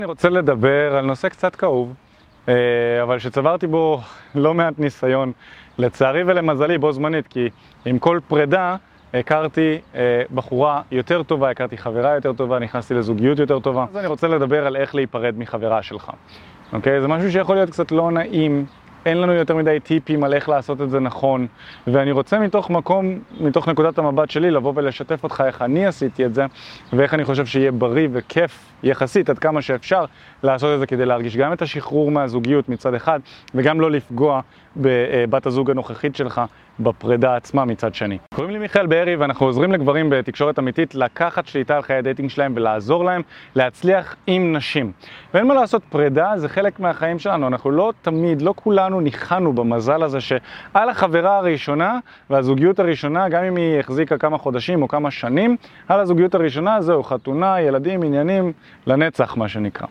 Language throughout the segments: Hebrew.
אני רוצה לדבר על נושא קצת כאוב, אבל שצברתי בו לא מעט ניסיון, לצערי ולמזלי בו זמנית, כי עם כל פרידה הכרתי בחורה יותר טובה, הכרתי חברה יותר טובה, נכנסתי לזוגיות יותר טובה. אז אני רוצה לדבר על איך להיפרד מחברה שלך. אוקיי? זה משהו שיכול להיות קצת לא נעים, אין לנו יותר מדי טיפים על איך לעשות את זה נכון, ואני רוצה מתוך נקודת המבט שלי לבוא ולשתף אותך איך אני עשיתי את זה, ואיך אני חושב שיהיה בריא וכיף יחסית עד כמה שאפשר לעשות את זה כדי להרגיש גם את השחרור מהזוגיות מצד אחד, וגם לא לפגוע בבת הזוג הנוכחית שלך בפרידה עצמה מצד שני. קוראים לי מיכאל בארי ואנחנו עוזרים לגברים בתקשורת אמיתית לקחת שליטה על חיי הדייטינג שלהם ולעזור להם להצליח עם נשים. ואין מה לעשות, פרידה זה חלק מהחיים שלנו, אנחנו לא תמיד, לא כולנו ניחנו במזל הזה שעל החברה הראשונה והזוגיות הראשונה, גם אם היא החזיקה כמה חודשים או כמה שנים, על הזוגיות הראשונה זהו חתונה, ילדים, עניינים, לנצח מה שנקרא.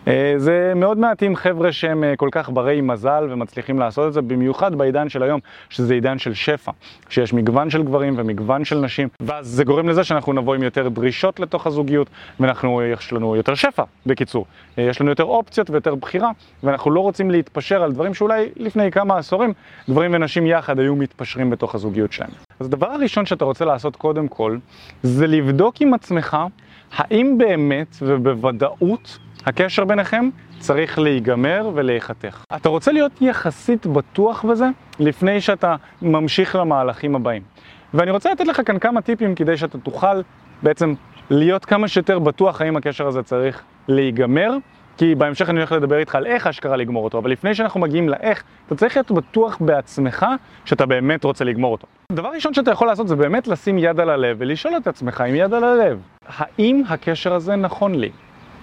זה מאוד מעטים חבר'ה שהם כל כך ברי מזל ומצליחים לעשות את זה, במיוחד בעידן של היום, שזה עידן של שפע, שיש מגוון של גברים ומגוון של נשים, ואז זה גורם לזה שאנחנו נבוא עם יותר דרישות לתוך הזוגיות, יש לנו יותר שפע, בקיצור. יש לנו יותר אופציות ויותר בחירה, ואנחנו לא רוצים להתפשר על דברים שאולי לפני כמה עשורים, גברים ונשים יחד היו מתפשרים בתוך הזוגיות שלהם. אז הדבר הראשון שאתה רוצה לעשות קודם כל, זה לבדוק עם עצמך, האם באמת ובוודאות הקשר ביניכם צריך להיגמר ולהיחתך. אתה רוצה להיות יחסית בטוח בזה לפני שאתה ממשיך למהלכים הבאים. ואני רוצה לתת לך כאן כמה טיפים כדי שאתה תוכל בעצם להיות כמה שיותר בטוח האם הקשר הזה צריך להיגמר, כי בהמשך אני הולך לדבר איתך על איך אשכרה לגמור אותו, אבל לפני שאנחנו מגיעים לאיך, אתה צריך להיות בטוח בעצמך שאתה באמת רוצה לגמור אותו. הדבר ראשון שאתה יכול לעשות זה באמת לשים יד על הלב ולשאול את עצמך עם יד על הלב, האם הקשר הזה נכון לי?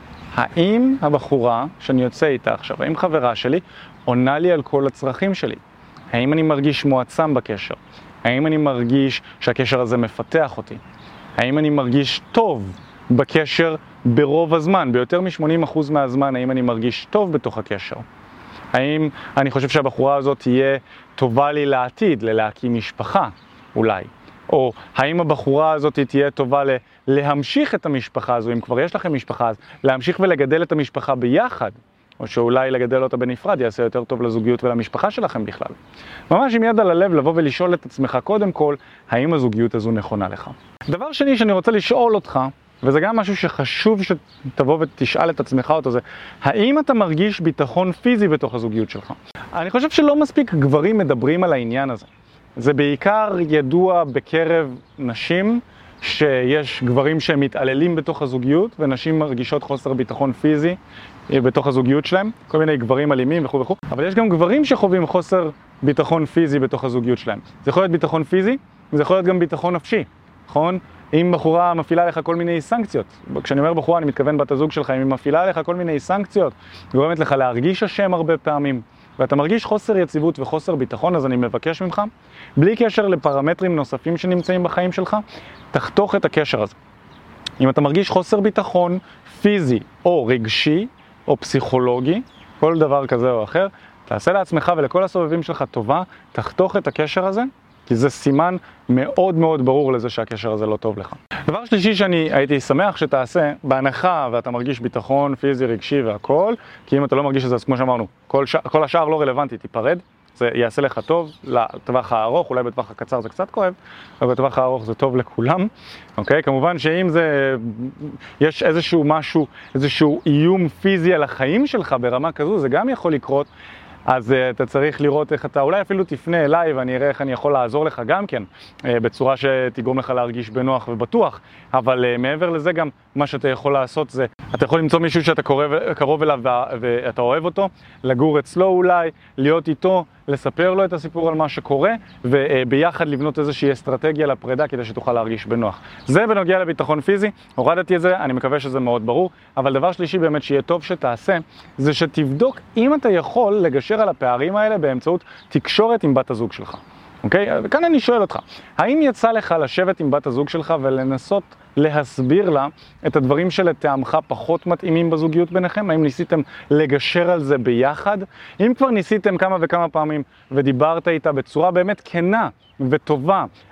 האם הבחורה שאני יוצא איתה עכשיו, האם חברה שלי עונה לי על כל הצרכים שלי? האם אני מרגיש מועצם בקשר? האם אני מרגיש שהקשר הזה מפתח אותי? האם אני מרגיש טוב בקשר ברוב הזמן, ביותר מ-80% מהזמן, האם אני מרגיש טוב בתוך הקשר? האם אני חושב שהבחורה הזאת תהיה טובה לי לעתיד, להקים משפחה אולי? או האם הבחורה הזאת תהיה טובה להמשיך את המשפחה הזו, אם כבר יש לכם משפחה, אז להמשיך ולגדל את המשפחה ביחד, או שאולי לגדל אותה בנפרד יעשה יותר טוב לזוגיות ולמשפחה שלכם בכלל. ממש עם יד על הלב לבוא ולשאול את עצמך קודם כל, האם הזוגיות הזו נכונה לך. דבר שני שאני רוצה לשאול אותך, וזה גם משהו שחשוב שתבוא ותשאל את עצמך אותו, זה האם אתה מרגיש ביטחון פיזי בתוך הזוגיות שלך? אני חושב שלא מספיק גברים מדברים על העניין הזה. זה בעיקר ידוע בקרב נשים, שיש גברים שהם מתעללים בתוך הזוגיות, ונשים מרגישות חוסר ביטחון פיזי בתוך הזוגיות שלהם, כל מיני גברים אלימים וכו' וכו', אבל יש גם גברים שחווים חוסר ביטחון פיזי בתוך הזוגיות שלהם. זה יכול להיות ביטחון פיזי, וזה יכול להיות גם ביטחון נפשי, נכון? אם בחורה מפעילה לך כל מיני סנקציות, כשאני אומר בחורה אני מתכוון בת הזוג שלך, אם היא מפעילה לך כל מיני סנקציות, גורמת לך להרגיש אשם הרבה פעמים, ואתה מרגיש חוסר יציבות וחוסר ביטחון, אז אני מבקש ממך, בלי קשר לפרמטרים נוספים שנמצאים בחיים שלך, תחתוך את הקשר הזה. אם אתה מרגיש חוסר ביטחון פיזי או רגשי או פסיכולוגי, כל דבר כזה או אחר, תעשה לעצמך ולכל הסובבים שלך טובה, תחתוך את הקשר הזה, כי זה סימן מאוד מאוד ברור לזה שהקשר הזה לא טוב לך. דבר שלישי שאני הייתי שמח שתעשה, בהנחה ואתה מרגיש ביטחון פיזי, רגשי והכל, כי אם אתה לא מרגיש את זה, אז כמו שאמרנו, כל השאר לא רלוונטי, תיפרד, זה יעשה לך טוב לטווח הארוך, אולי בטווח הקצר זה קצת כואב, אבל בטווח הארוך זה טוב לכולם, אוקיי? כמובן שאם יש איזשהו איום פיזי על החיים שלך ברמה כזו, זה גם יכול לקרות, אז אתה צריך לראות איך אתה, אולי אפילו תפנה אליי ואני אראה איך אני יכול לעזור לך גם כן, בצורה שתגרום לך להרגיש בנוח ובטוח, אבל מעבר לזה גם מה שאתה יכול לעשות זה, אתה יכול למצוא מישהו שאתה קרוב אליו ואתה אוהב אותו, לגור אצלו אולי, להיות איתו, לספר לו את הסיפור על מה שקורה, וביחד לבנות איזושהי אסטרטגיה לפרידה כדי שתוכל להרגיש בנוח. זה בנוגע לביטחון פיזי, הורדתי את זה, אני מקווה שזה מאוד ברור, אבל דבר שלישי באמת שיהיה טוב שתעשה, זה שתבדוק אם אתה יכול לגשר על הפערים האלה באמצעות תקשורת עם בת הזוג שלך. אוקיי? וכאן אני שואל אותך, האם יצא לך לשבת עם בת הזוג שלך ולנסות להסביר לה את הדברים שלטעמך פחות מתאימים בזוגיות ביניכם? האם ניסיתם לגשר על זה ביחד? אם כבר ניסיתם כמה וכמה פעמים ודיברת איתה בצורה באמת כנה וטובה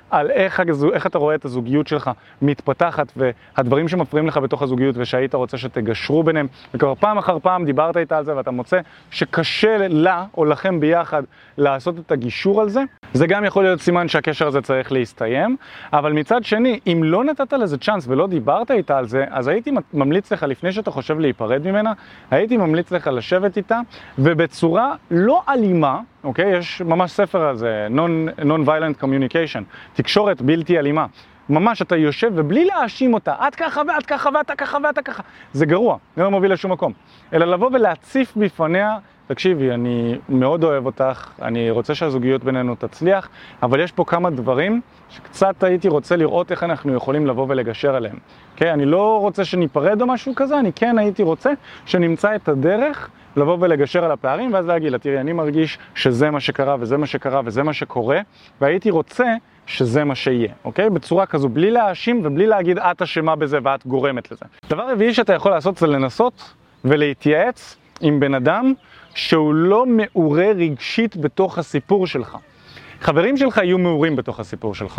על איך אתה רואה את הזוגיות שלך מתפתחת, והדברים שמפריעים לך בתוך הזוגיות, ושהיית רוצה שתגשרו ביניהם, וכבר פעם אחר פעם דיברת איתה על זה, ואתה מוצא שקשה לה או לכם ביחד לעשות את הגישור על זה, זה גם יכול להיות סימן שהקשר הזה צריך להסתיים. אבל מצד שני, אם לא נתת לזה צ'אנס ולא דיברת איתה על זה, אז הייתי ממליץ לך, לפני שאתה חושב להיפרד ממנה, הייתי ממליץ לך לשבת איתה, ובצורה לא אלימה, אוקיי? יש ממש ספר על זה, Non-Violent Communication, תקשורת בלתי אלימה. ממש אתה יושב ובלי להאשים אותה, את ככה ואת ככה ואתה ככה ואתה ככה. זה גרוע, זה לא מוביל לשום מקום. אלא לבוא ולהציף בפניה, תקשיבי, אני מאוד אוהב אותך, אני רוצה שהזוגיות בינינו תצליח, אבל יש פה כמה דברים שקצת הייתי רוצה לראות איך אנחנו יכולים לבוא ולגשר עליהם. Okay? אני לא רוצה שניפרד או משהו כזה, אני כן הייתי רוצה שנמצא את הדרך לבוא ולגשר על הפערים, ואז להגיד לה, תראי, אני מרגיש שזה מה שקרה וזה מה שקרה וזה מה שקורה, והייתי רוצה שזה מה שיהיה, אוקיי? בצורה כזו, בלי להאשים ובלי להגיד את אשמה בזה ואת גורמת לזה. דבר רביעי שאתה יכול לעשות זה לנסות ולהתייעץ עם בן אדם שהוא לא מעורה רגשית בתוך הסיפור שלך. חברים שלך יהיו מעורים בתוך הסיפור שלך.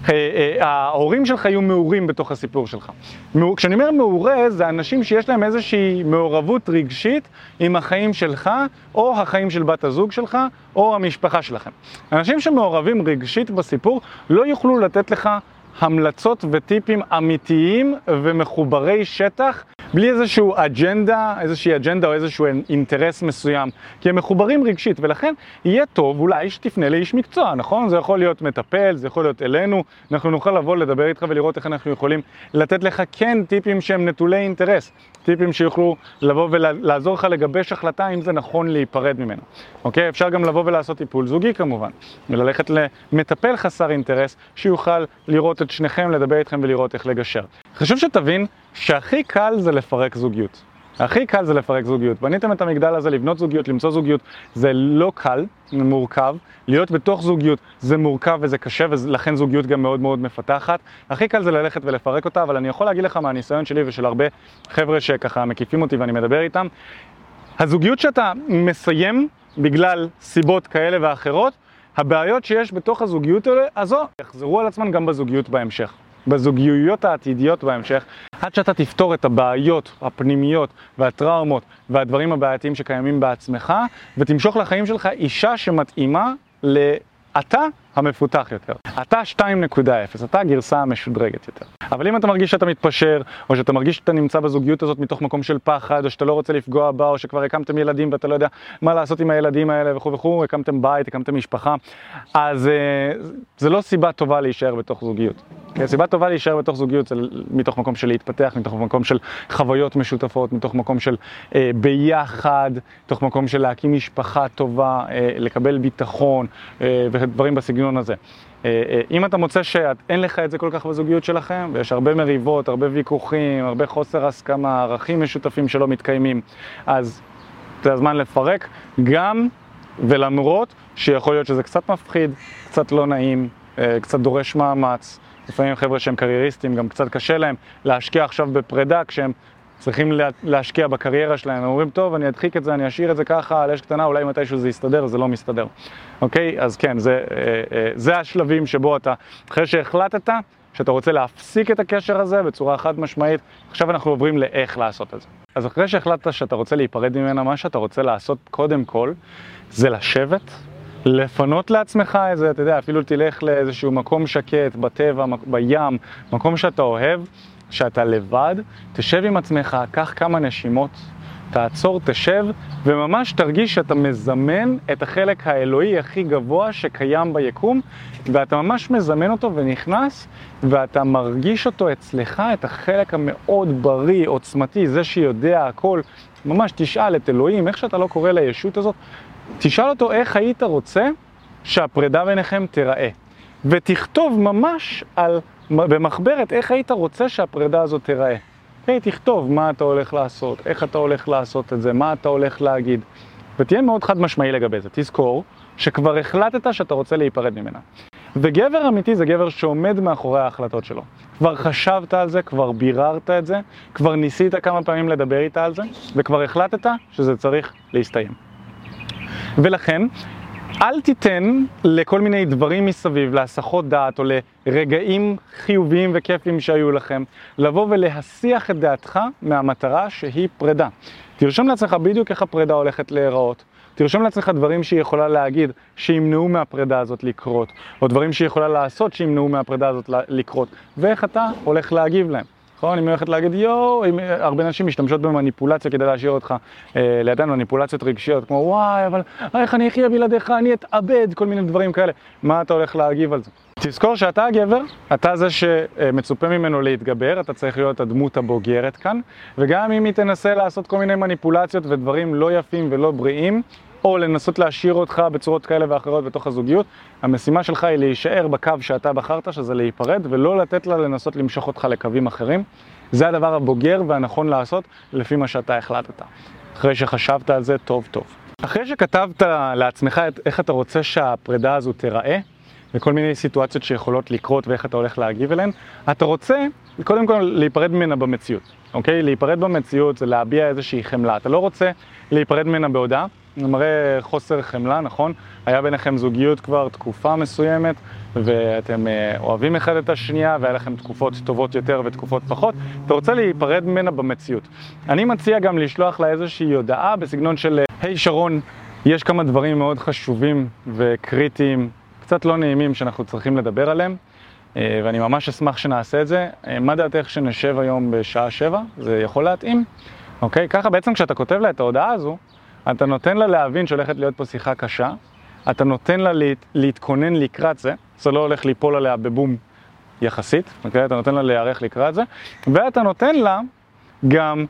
ההורים שלך יהיו מעורים בתוך הסיפור שלך. כשאני אומר מעורה, זה אנשים שיש להם איזושהי מעורבות רגשית עם החיים שלך, או החיים של בת הזוג שלך, או המשפחה שלכם. אנשים שמעורבים רגשית בסיפור לא יוכלו לתת לך המלצות וטיפים אמיתיים ומחוברי שטח, בלי איזושהי אג'נדה או איזשהו אינטרס מסוים, כי הם מחוברים רגשית, ולכן יהיה טוב אולי שתפנה לאיש מקצוע, נכון? זה יכול להיות מטפל, זה יכול להיות אלינו, אנחנו נוכל לבוא לדבר איתך ולראות איך אנחנו יכולים לתת לך כן טיפים שהם נטולי אינטרס, טיפים שיוכלו לבוא ולעזור לך לגבש החלטה אם זה נכון להיפרד ממנו. אוקיי? אפשר גם לבוא ולעשות טיפול זוגי כמובן, וללכת למטפל חסר אינטרס שיוכל לראות את שניכם, לדבר איתכם ולראות איך לגשר. חשוב שתבין שהכי קל זה לפרק זוגיות. הכי קל זה לפרק זוגיות. בניתם את המגדל הזה, לבנות זוגיות, למצוא זוגיות, זה לא קל, זה מורכב. להיות בתוך זוגיות זה מורכב וזה קשה, ולכן זוגיות גם מאוד מאוד מפתחת. הכי קל זה ללכת ולפרק אותה, אבל אני יכול להגיד לך מהניסיון שלי ושל הרבה חבר'ה שככה מקיפים אותי ואני מדבר איתם, הזוגיות שאתה מסיים בגלל סיבות כאלה ואחרות, הבעיות שיש בתוך הזוגיות הזו יחזרו על עצמן גם בזוגיות בהמשך. בזוגיות העתידיות בהמשך, עד שאתה תפתור את הבעיות הפנימיות והטראומות והדברים הבעייתיים שקיימים בעצמך, ותמשוך לחיים שלך אישה שמתאימה לאתה המפותח יותר. אתה 2.0, אתה הגרסה המשודרגת יותר. אבל אם אתה מרגיש שאתה מתפשר, או שאתה מרגיש שאתה נמצא בזוגיות הזאת מתוך מקום של פחד, או שאתה לא רוצה לפגוע בה, או שכבר הקמתם ילדים ואתה לא יודע מה לעשות עם הילדים האלה וכו' וכו', הקמתם בית, הקמתם משפחה, אז זה לא סיבה טובה להישאר בתוך זוגיות. סיבה טובה להישאר בתוך זוגיות זה מתוך מקום של להתפתח, מתוך מקום של חוויות משותפות, מתוך מקום של ביחד, מתוך מקום של להקים משפחה טובה, לקבל ביטחון ודברים בסגנון הזה. אם אתה מוצא שאין לך את זה כל כך בזוגיות שלכם, ויש הרבה מריבות, הרבה ויכוחים, הרבה חוסר הסכמה, ערכים משותפים שלא מתקיימים, אז זה הזמן לפרק, גם ולמרות שיכול להיות שזה קצת מפחיד, קצת לא נעים, קצת דורש מאמץ. לפעמים חבר'ה שהם קרייריסטים, גם קצת קשה להם להשקיע עכשיו בפרידה כשהם צריכים להשקיע בקריירה שלהם. הם אומרים, טוב, אני אדחיק את זה, אני אשאיר את זה ככה, על אש קטנה, אולי מתישהו זה יסתדר, זה לא מסתדר. אוקיי? אז כן, זה השלבים שבו אתה, אחרי שהחלטת, שאתה רוצה להפסיק את הקשר הזה בצורה חד משמעית, עכשיו אנחנו עוברים לאיך לעשות את זה. אז אחרי שהחלטת שאתה רוצה להיפרד ממנה, מה שאתה רוצה לעשות קודם כל, זה לשבת, לפנות לעצמך איזה, אתה יודע, אפילו תלך לאיזשהו מקום שקט, בטבע, בים, מקום שאתה אוהב, שאתה לבד, תשב עם עצמך, קח כמה נשימות, תעצור, תשב, וממש תרגיש שאתה מזמן את החלק האלוהי הכי גבוה שקיים ביקום, ואתה ממש מזמן אותו ונכנס, ואתה מרגיש אותו אצלך, את החלק המאוד בריא, עוצמתי, זה שיודע הכל. ממש תשאל את אלוהים, איך שאתה לא קורא לישות הזאת, תשאל אותו איך היית רוצה שהפרידה ביניכם תיראה. ותכתוב ממש במחברת איך היית רוצה שהפרידה הזאת תיראה. תכתוב מה אתה הולך לעשות, איך אתה הולך לעשות את זה, מה אתה הולך להגיד. ותהיה מאוד חד משמעי לגבי זה. תזכור שכבר החלטת שאתה רוצה להיפרד ממנה. וגבר אמיתי זה גבר שעומד מאחורי ההחלטות שלו. כבר חשבת על זה, כבר ביררת את זה, כבר ניסית כמה פעמים לדבר איתה על זה, וכבר החלטת שזה צריך להסתיים. ולכן, אל תיתן לכל מיני דברים מסביב, להסחות דעת או לרגעים חיוביים וכיפים שהיו לכם, לבוא ולהסיח את דעתך מהמטרה שהיא פרידה. תרשום לעצמך בדיוק איך הפרידה הולכת להיראות. תרשום לעצמך דברים שהיא יכולה להגיד שימנעו מהפרידה הזאת לקרות, או דברים שהיא יכולה לעשות שימנעו מהפרידה הזאת לקרות, ואיך אתה הולך להגיב להם. נכון? אם היא הולכת להגיד הרבה אנשים משתמשות במניפולציה כדי להשאיר אותך לידן, מניפולציות רגשיות, כמו וואי, אבל איך אני אחיה בלעדיך, אני אתאבד, כל מיני דברים כאלה. מה אתה הולך להגיב על זה? תזכור שאתה הגבר, אתה זה שמצופה ממנו להתגבר, אתה צריך להיות הדמות הבוגרת כאן, וגם אם היא תנסה לעשות כל מיני מניפולציות ודברים לא יפים ולא בריאים, או לנסות להשאיר אותך בצורות כאלה ואחרות בתוך הזוגיות, המשימה שלך היא להישאר בקו שאתה בחרת, שזה להיפרד, ולא לתת לה לנסות למשוך אותך לקווים אחרים. זה הדבר הבוגר והנכון לעשות לפי מה שאתה החלטת. אחרי שחשבת על זה טוב טוב. אחרי שכתבת לעצמך איך אתה רוצה שהפרידה הזו תיראה, וכל מיני סיטואציות שיכולות לקרות ואיך אתה הולך להגיב אליהן, אתה רוצה קודם כל להיפרד ממנה במציאות. אוקיי? להיפרד במציאות זה להביע איזושהי חמלה. אתה לא רוצה להיפרד ממנה בהודעה. זה מראה חוסר חמלה, נכון? היה ביניכם זוגיות כבר תקופה מסוימת, ואתם אוהבים אחד את השנייה, והיה לכם תקופות טובות יותר ותקופות פחות. אתה רוצה להיפרד ממנה במציאות. אני מציע גם לשלוח לה איזושהי הודעה בסגנון של היי שרון, יש כמה דברים מאוד חשובים וקריטיים, קצת לא נעימים שאנחנו צריכים לדבר עליהם, ואני ממש אשמח שנעשה את זה. מה דעתך שנשב היום בשעה 7? זה יכול להתאים? אוקיי? ככה בעצם כשאתה כותב לה את ההודעה הזו, אתה נותן לה להבין שהולכת להיות פה שיחה קשה, אתה נותן לה להתכונן לקראת זה, זה לא הולך ליפול עליה בבום יחסית, אוקיי? אתה נותן לה להיערך לקראת זה, ואתה נותן לה גם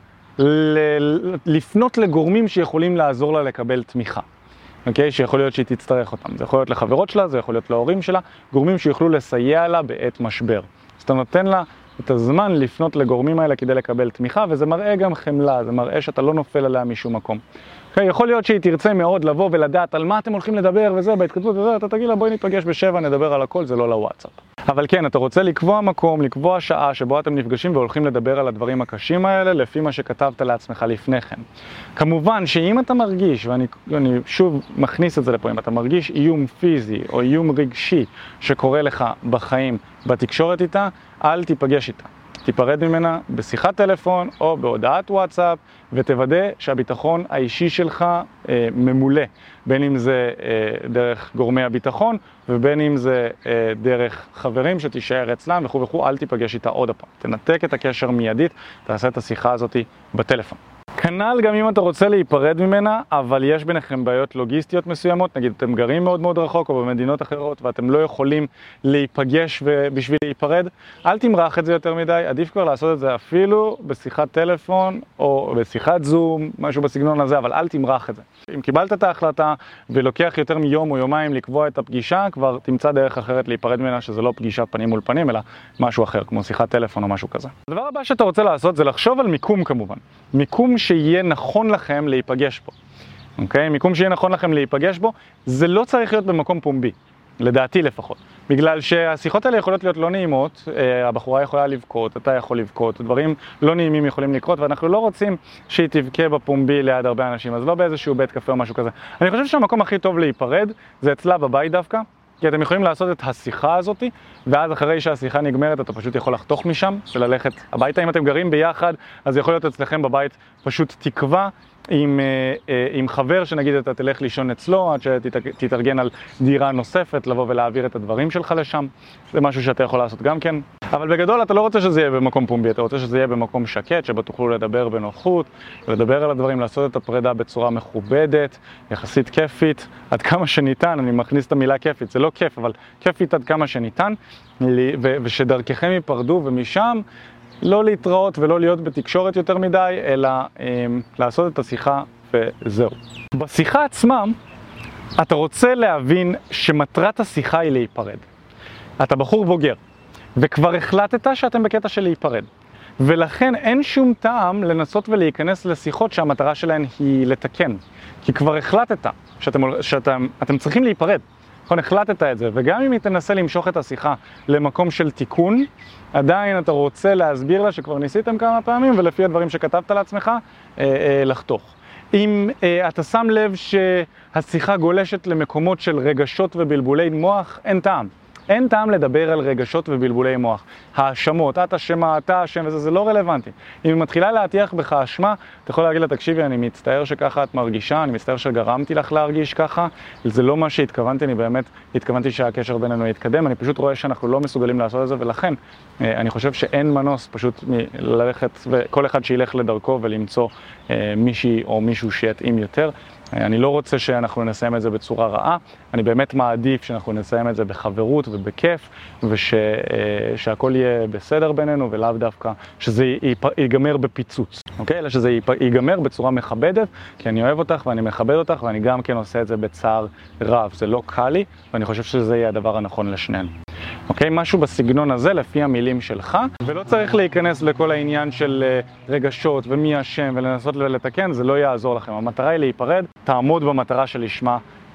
לפנות לגורמים שיכולים לעזור לה לקבל תמיכה, אוקיי? שיכול להיות שהיא תצטרך אותם, זה יכול להיות לחברות שלה, זה יכול להיות להורים שלה, גורמים שיוכלו לסייע לה בעת משבר. אז אתה נותן לה את הזמן לפנות לגורמים האלה כדי לקבל תמיכה, וזה מראה גם חמלה, זה מראה שאתה לא נופל עליה משום מקום. יכול להיות שהיא תרצה מאוד לבוא ולדעת על מה אתם הולכים לדבר וזה, בהתכתבות וזה, אתה תגיד לה בואי ניפגש ב7, נדבר על הכל, זה לא לוואטסאפ. אבל כן, אתה רוצה לקבוע מקום, לקבוע שעה שבו אתם נפגשים והולכים לדבר על הדברים הקשים האלה, לפי מה שכתבת לעצמך לפני כן. כמובן שאם אתה מרגיש, ואני שוב מכניס את זה לפה, אם אתה מרגיש איום פיזי או איום רגשי שקורה לך בחיים, בתקשורת איתה, אל תיפגש איתה. תיפרד ממנה בשיחת טלפון או בהודעת וואטסאפ, ותוודא שהביטחון האישי שלך ממולא, בין אם זה דרך גורמי הביטחון ובין אם זה דרך חברים שתישאר אצלם וכו' וכו'. אל תיפגש איתה עוד הפעם, תנתק את הקשר מיידית, תעשה את השיחה הזאת בטלפון. כנ"ל גם אם אתה רוצה להיפרד ממנה, אבל יש ביניכם בעיות לוגיסטיות מסוימות, נגיד אתם גרים מאוד מאוד רחוק או במדינות אחרות ואתם לא יכולים להיפגש בשביל להיפרד, אל תמרח את זה יותר מדי, עדיף כבר לעשות את זה אפילו בשיחת טלפון או בשיחת זום, משהו בסגנון הזה, אבל אל תמרח את זה. אם קיבלת את ההחלטה ולוקח יותר מיום או יומיים לקבוע את הפגישה, כבר תמצא דרך אחרת להיפרד ממנה, שזה לא פגישה פנים מול פנים, אלא משהו אחר, כמו שיחת טלפון או משהו כזה. הדבר הבא שאתה רוצה לעשות זה לחשוב על מיקום כמובן. מיקום שיהיה נכון לכם להיפגש בו. אוקיי? מיקום שיהיה נכון לכם להיפגש בו, זה לא צריך להיות במקום פומבי, לדעתי לפחות. בגלל שהשיחות האלה יכולות להיות לא נעימות, הבחורה יכולה לבכות, אתה יכול לבכות, דברים לא נעימים יכולים לקרות, ואנחנו לא רוצים שהיא תבכה בפומבי ליד הרבה אנשים, אז לא באיזשהו בית קפה או משהו כזה. אני חושב שהמקום הכי טוב להיפרד זה אצלה בבית דווקא, כי אתם יכולים לעשות את השיחה הזאת, ואז אחרי שהשיחה נגמרת אתה פשוט יכול לחתוך משם וללכת הביתה. אם אתם גרים ביחד, אז יכול להיות אצלכם בבית פשוט תקווה עם חבר שנגיד אתה תלך לישון אצלו עד שתתארגן על דירה נוספת, לבוא ולהעביר את הדברים שלך לשם. זה משהו שאתה יכול לעשות גם כן. אבל בגדול אתה לא רוצה שזה יהיה במקום פומבי, אתה רוצה שזה יהיה במקום שקט, שבו תוכלו לדבר בנוחות, לדבר על הדברים, לעשות את הפרידה בצורה מכובדת, יחסית כיפית, עד כמה שניתן. אני מכניס את המילה כיפית, זה לא כיף, אבל כיפית עד כמה שניתן, ושדרככם ייפרדו, ומשם לא להתראות ולא להיות בתקשורת יותר מדי, אלא לעשות את השיחה וזהו. בשיחה עצמה, אתה רוצה להבין שמטרת השיחה היא להיפרד. אתה בחור בוגר, וכבר החלטת שאתם בקטע של להיפרד. ולכן אין שום טעם לנסות ולהיכנס לשיחות שהמטרה שלהן היא לתקן. כי כבר החלטת שאתם צריכים להיפרד. נכון, החלטת את זה, וגם אם היא תנסה למשוך את השיחה למקום של תיקון, עדיין אתה רוצה להסביר לה שכבר ניסיתם כמה פעמים, ולפי הדברים שכתבת לעצמך, לחתוך. אם אתה שם לב שהשיחה גולשת למקומות של רגשות ובלבולי מוח, אין טעם. אין טעם לדבר על רגשות ובלבולי מוח. האשמות, את אשמה, אתה אשם וזה, זה לא רלוונטי. אם היא מתחילה להטיח בך אשמה, אתה יכול להגיד לה, תקשיבי, אני מצטער שככה את מרגישה, אני מצטער שגרמתי לך להרגיש ככה, זה לא מה שהתכוונתי, אני באמת התכוונתי שהקשר בינינו יתקדם, אני פשוט רואה שאנחנו לא מסוגלים לעשות את זה, ולכן אני חושב שאין מנוס פשוט ללכת, וכל אחד שילך לדרכו ולמצוא מישהי או מישהו שיתאים יותר. אני לא רוצה שאנחנו נסיים את זה בצורה רעה, אני באמת מעדיף שאנחנו נסיים את זה בחברות ובכיף, ושהכל יהיה בסדר בינינו, ולאו דווקא שזה ייגמר בפיצוץ, אוקיי? אלא שזה ייגמר בצורה מכבדת, כי אני אוהב אותך ואני מכבד אותך, ואני גם כן עושה את זה בצער רב. זה לא קל לי, ואני חושב שזה יהיה הדבר הנכון לשנינו. אוקיי? משהו בסגנון הזה, לפי המילים שלך, ולא צריך להיכנס לכל העניין של רגשות ומי אשם ולנסות לתקן, זה לא יעזור לכם. המטרה היא להיפרד, תעמוד במטרה שלשמה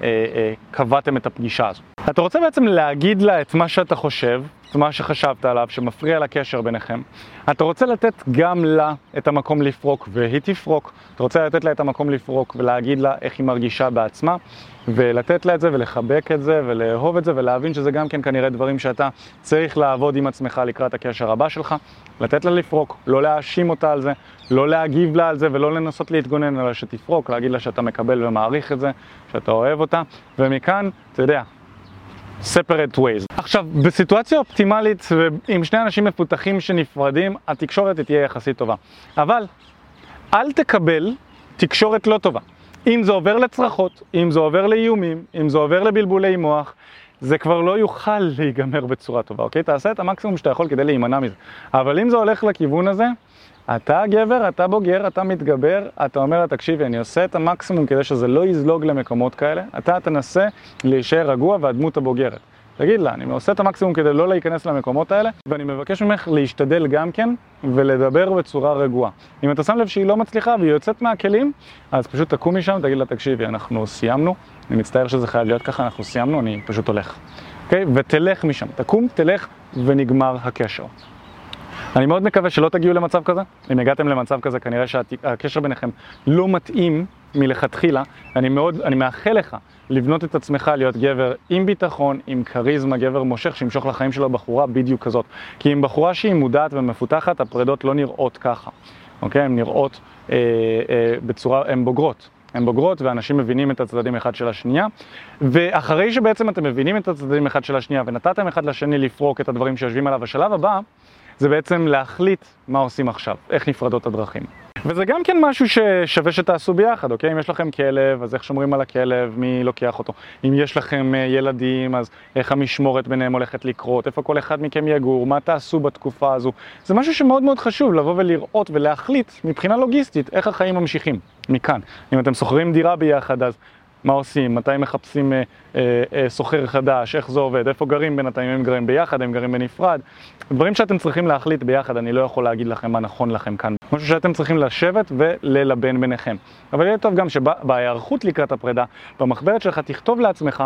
קבעתם את הפגישה הזו. אתה רוצה בעצם להגיד לה את מה שאתה חושב, את מה שחשבת עליו, שמפריע לקשר ביניכם. אתה רוצה לתת גם לה את המקום לפרוק, והיא תפרוק. אתה רוצה לתת לה את המקום לפרוק ולהגיד לה איך היא מרגישה בעצמה, ולתת לה את זה ולחבק את זה ולאהוב את זה ולהבין שזה גם כן כנראה דברים שאתה צריך לעבוד עם עצמך לקראת הקשר הבא שלך. לתת לה לפרוק, לא להאשים אותה על זה, לא להגיב לה על זה ולא לנסות להתגונן אלא שתפרוק, להגיד לה שאתה מקבל ומעריך את זה, שאתה אוהב אותה, ומכאן, אתה יודע, separate ways. עכשיו, בסיטואציה אופטימלית ועם שני אנשים מפותחים שנפרדים, התקשורת תהיה יחסית טובה. אבל אל תקבל תקשורת לא טובה. אם זה עובר לצרחות, אם זה עובר לאיומים, אם זה עובר לבלבולי מוח, זה כבר לא יוכל להיגמר בצורה טובה, אוקיי? תעשה את המקסימום שאתה יכול כדי להימנע מזה. אבל אם זה הולך לכיוון הזה, אתה גבר, אתה בוגר, אתה מתגבר, אתה אומר לה, תקשיבי, אני עושה את המקסימום כדי שזה לא יזלוג למקומות כאלה, אתה תנסה להישאר רגוע והדמות הבוגרת. תגיד לה, אני עושה את המקסימום כדי לא להיכנס למקומות האלה, ואני מבקש ממך להשתדל גם כן ולדבר בצורה רגועה. אם אתה שם לב שהיא לא מצליחה והיא יוצאת מהכלים, אז פשוט תקום משם, תגיד לה, תקשיבי, אנחנו סיימנו, אני מצטער שזה חייב להיות ככה, אנחנו סיימנו, אני פשוט הולך. אוקיי? ותלך משם, תקום, תלך ונגמר הקשר. אני מאוד מקווה שלא תגיעו למצב כזה. אם הגעתם למצב כזה, כנראה שהקשר ביניכם לא מתאים מלכתחילה. אני מאחל לך לבנות את עצמך להיות גבר עם ביטחון, עם קריזמה, גבר מושך שימשוך לחיים שלו בחורה בדיוק כזאת. כי עם בחורה שהיא מודעת ומפותחת, הפרדות לא נראות ככה. אוקיי? הן נראות בצורה, הן בוגרות. הן בוגרות ואנשים מבינים את הצדדים אחד של השנייה, ואחרי שבעצם אתם מבינים את הצדדים אחד של השנייה ונתתם אחד לשני לפרוק את הדברים שיושבים עליו, השלב הבא זה בעצם להחליט מה עושים עכשיו, איך נפרדות הדרכים. וזה גם כן משהו ששווה שתעשו ביחד, אוקיי? אם יש לכם כלב, אז איך שומרים על הכלב, מי לוקח אותו? אם יש לכם ילדים, אז איך המשמורת ביניהם הולכת לקרות? איפה כל אחד מכם יגור? מה תעשו בתקופה הזו? זה משהו שמאוד מאוד חשוב לבוא ולראות ולהחליט מבחינה לוגיסטית איך החיים ממשיכים מכאן. אם אתם שוכרים דירה ביחד, אז מה עושים? מתי מחפשים סוחר חדש? איך זה עובד? איפה גרים בינתיים? הם גרים ביחד? הם גרים בנפרד? דברים שאתם צריכים להחליט ביחד, אני לא יכול להגיד לכם מה נכון לכם כאן. משהו שאתם צריכים לשבת וללבן ביניכם. אבל יהיה טוב גם שבהיערכות לקראת הפרידה, במחברת שלך תכתוב לעצמך,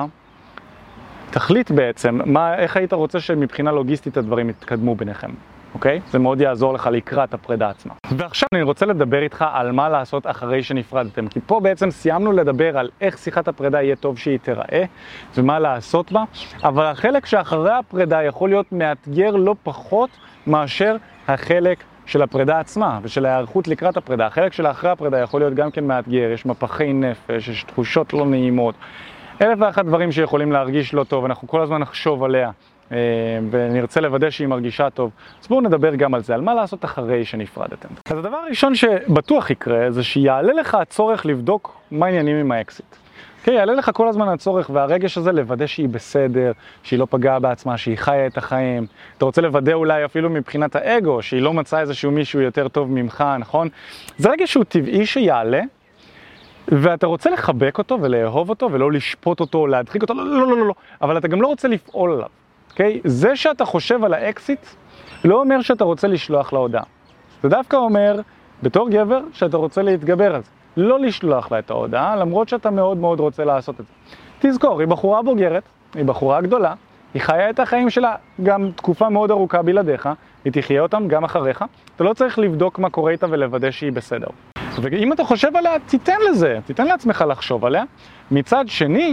תחליט בעצם איך היית רוצה שמבחינה לוגיסטית הדברים יתקדמו ביניכם. אוקיי? זה מאוד יעזור לך לקראת הפרידה עצמה. ועכשיו אני רוצה לדבר איתך על מה לעשות אחרי שנפרדתם. כי פה בעצם סיימנו לדבר על איך שיחת הפרידה יהיה טוב שהיא תיראה ומה לעשות בה. אבל החלק שאחרי הפרידה יכול להיות מאתגר לא פחות מאשר החלק של הפרידה עצמה ושל ההיערכות לקראת הפרידה. החלק של אחרי הפרידה יכול להיות גם כן מאתגר, יש מפחי נפש, יש תחושות לא נעימות. 1,001 דברים שיכולים להרגיש לא טוב, אנחנו כל הזמן נחשוב עליה. ונרצה לוודא שהיא מרגישה טוב. אז בואו נדבר גם על זה, על מה לעשות אחרי שנפרדתם. אז הדבר הראשון שבטוח יקרה זה שיעלה לך הצורך לבדוק מה העניינים עם האקסיט. אוקיי, יעלה לך כל הזמן הצורך והרגש הזה לוודא שהיא בסדר, שהיא לא פגעה בעצמה, שהיא חיה את החיים. אתה רוצה לוודא אולי אפילו מבחינת האגו, שהיא לא מצאה איזשהו מישהו יותר טוב ממך, נכון? זה רגש שהוא טבעי שיעלה, ואתה רוצה לחבק אותו ולאהוב אותו ולא לשפוט אותו, להדחיק אותו, לא. אבל אתה גם לא רוצה לפעול עליו. Okay? זה שאתה חושב על האקסיט לא אומר שאתה רוצה לשלוח לה הודעה. זה דווקא אומר, בתור גבר, שאתה רוצה להתגבר על זה. לא לשלוח לה את ההודעה, למרות שאתה מאוד מאוד רוצה לעשות את זה. תזכור, היא בחורה בוגרת, היא בחורה גדולה, היא חיה את החיים שלה גם תקופה מאוד ארוכה בלעדיך, היא תחיה אותם גם אחריך. אתה לא צריך לבדוק מה קורה איתה ולוודא שהיא בסדר. ואם אתה חושב עליה, תיתן לעצמך לחשוב עליה. מצד שני,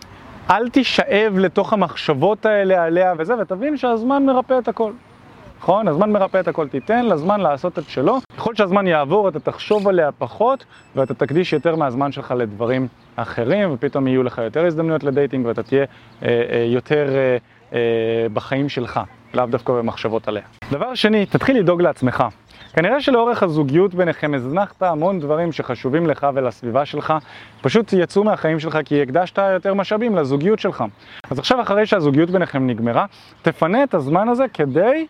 אל תישאב לתוך המחשבות האלה עליה וזה, ותבין שהזמן מרפא את הכל. נכון? הזמן מרפא את הכל, תיתן לזמן לעשות את שלו. ככל שהזמן יעבור, אתה תחשוב עליה פחות, ואתה תקדיש יותר מהזמן שלך לדברים אחרים, ופתאום יהיו לך יותר הזדמנויות לדייטינג, ואתה תהיה יותר בחיים שלך, לאו דווקא במחשבות עליה. דבר שני, תתחיל לדאוג לעצמך. כנראה שלאורך הזוגיות ביניכם הזנחת המון דברים שחשובים לך ולסביבה שלך, פשוט יצאו מהחיים שלך כי הקדשת יותר משאבים לזוגיות שלך. אז עכשיו, אחרי שהזוגיות ביניכם נגמרה, תפנה את הזמן הזה כדי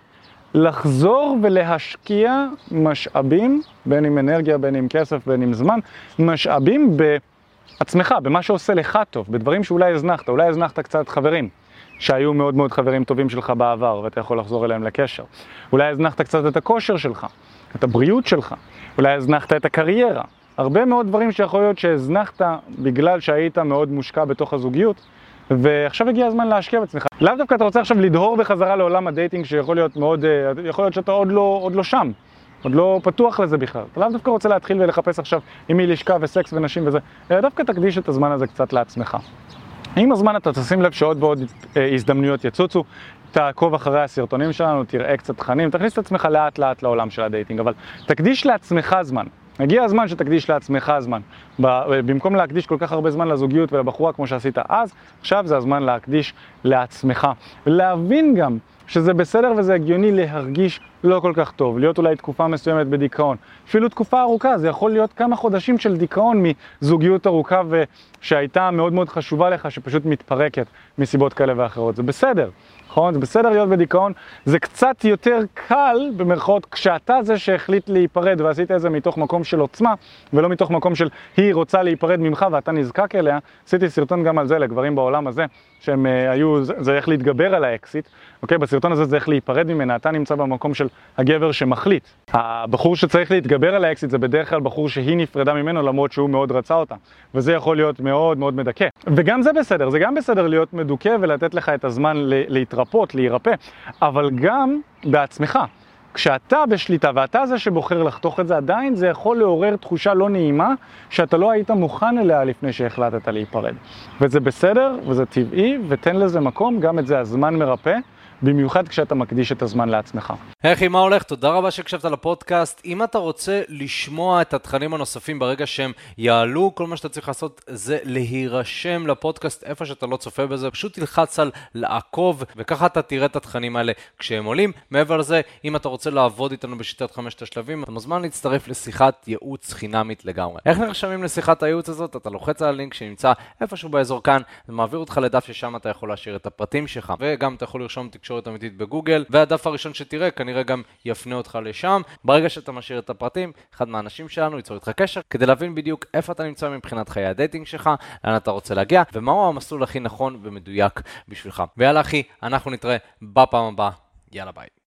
לחזור ולהשקיע משאבים, בין עם אנרגיה, בין עם כסף, בין עם זמן, משאבים בעצמך, במה שעושה לך טוב, בדברים שאולי הזנחת, אולי הזנחת קצת חברים, שהיו מאוד מאוד חברים טובים שלך בעבר, ואתה יכול לחזור אליהם לקשר. אולי הזנחת קצת את הכושר שלך, את הבריאות שלך, אולי הזנחת את הקריירה. הרבה מאוד דברים שיכול להיות שהזנחת בגלל שהיית מאוד מושקע בתוך הזוגיות, ועכשיו הגיע הזמן להשקיע בעצמך. לאו דווקא אתה רוצה עכשיו לדהור בחזרה לעולם הדייטינג שיכול להיות מאוד, יכול להיות שאתה עוד לא שם, עוד לא פתוח לזה בכלל. אתה לאו דווקא רוצה להתחיל ולחפש עכשיו עם מי לשכב וסקס ונשים וזה, דווקא תקדיש את הזמן הזה קצת לעצמך. עם הזמן אתה תשים לב שעוד ועוד הזדמנויות יצוצו, תעקוב אחרי הסרטונים שלנו, תראה קצת תכנים, תכניס את עצמך לאט לאט לעולם של הדייטינג, אבל תקדיש לעצמך זמן. הגיע הזמן שתקדיש לעצמך זמן. במקום להקדיש כל כך הרבה זמן לזוגיות ולבחורה כמו שעשית אז, עכשיו זה הזמן להקדיש לעצמך. להבין גם שזה בסדר וזה הגיוני להרגיש לא כל כך טוב, להיות אולי תקופה מסוימת בדיכאון. אפילו תקופה ארוכה, זה יכול להיות כמה חודשים של דיכאון מזוגיות ארוכה שהייתה מאוד מאוד חשובה לך, שפשוט מתפרקת מסיבות כאלה ואחרות. זה בסדר, נכון? זה בסדר להיות בדיכאון. זה קצת יותר קל, במרכאות, כשאתה זה שהחליט להיפרד ועשית את זה מתוך מקום של עוצמה, ולא מתוך מקום של היא רוצה להיפרד ממך ואתה נזקק אליה. עשיתי סרטון גם על זה לגברים בעולם הזה, שהם היו, זה איך להתגבר על האקסיט. אוקיי, בסרטון הזה זה איך להיפרד ממנה, אתה נמצא במקום של הגבר שמחליט. הבחור שצריך להתגבר על האקסיט זה בדרך כלל בחור שהיא נפרדה ממנו למרות שהוא מאוד רצה אותה. וזה יכול להיות מאוד מאוד מדכא. וגם זה בסדר, זה גם בסדר להיות מדוכא ולתת לך את הזמן להתרפות, להירפא, אבל גם בעצמך. כשאתה בשליטה ואתה זה שבוחר לחתוך את זה, עדיין זה יכול לעורר תחושה לא נעימה שאתה לא היית מוכן אליה לפני שהחלטת להיפרד. וזה בסדר וזה טבעי ותן לזה מקום, גם את זה הזמן מרפא. במיוחד כשאתה מקדיש את הזמן לעצמך. היי, מה הולך? תודה רבה שהקשבת לפודקאסט. אם אתה רוצה לשמוע את התכנים הנוספים ברגע שהם יעלו, כל מה שאתה צריך לעשות זה להירשם לפודקאסט איפה שאתה לא צופה בזה. פשוט תלחץ על לעקוב, וככה אתה תראה את התכנים האלה כשהם עולים. מעבר לזה, אם אתה רוצה לעבוד איתנו בשיטת 5 השלבים, אתה מוזמן להצטרף לשיחת ייעוץ חינמית לגמרי. איך נרשמים לשיחת הייעוץ הזאת? אתה לוחץ על הלינק שנמצא איפשהו באזור כאן, זה מעביר אותך לדף ששם אתה יכול להשאיר את הפרטים שלך, וגם אתה יכול לרשום תקשורת אמיתית בגוגל, והדף הראשון שתראה כנראה גם יפנה אותך לשם. ברגע שאתה משאיר את הפרטים, אחד מהאנשים שלנו ייצור איתך קשר כדי להבין בדיוק איפה אתה נמצא מבחינת חיי הדייטינג שלך, לאן אתה רוצה להגיע, ומהו המסלול הכי נכון ומדויק בשבילך. ויאללה אחי, אנחנו נתראה בפעם הבאה. יאללה ביי.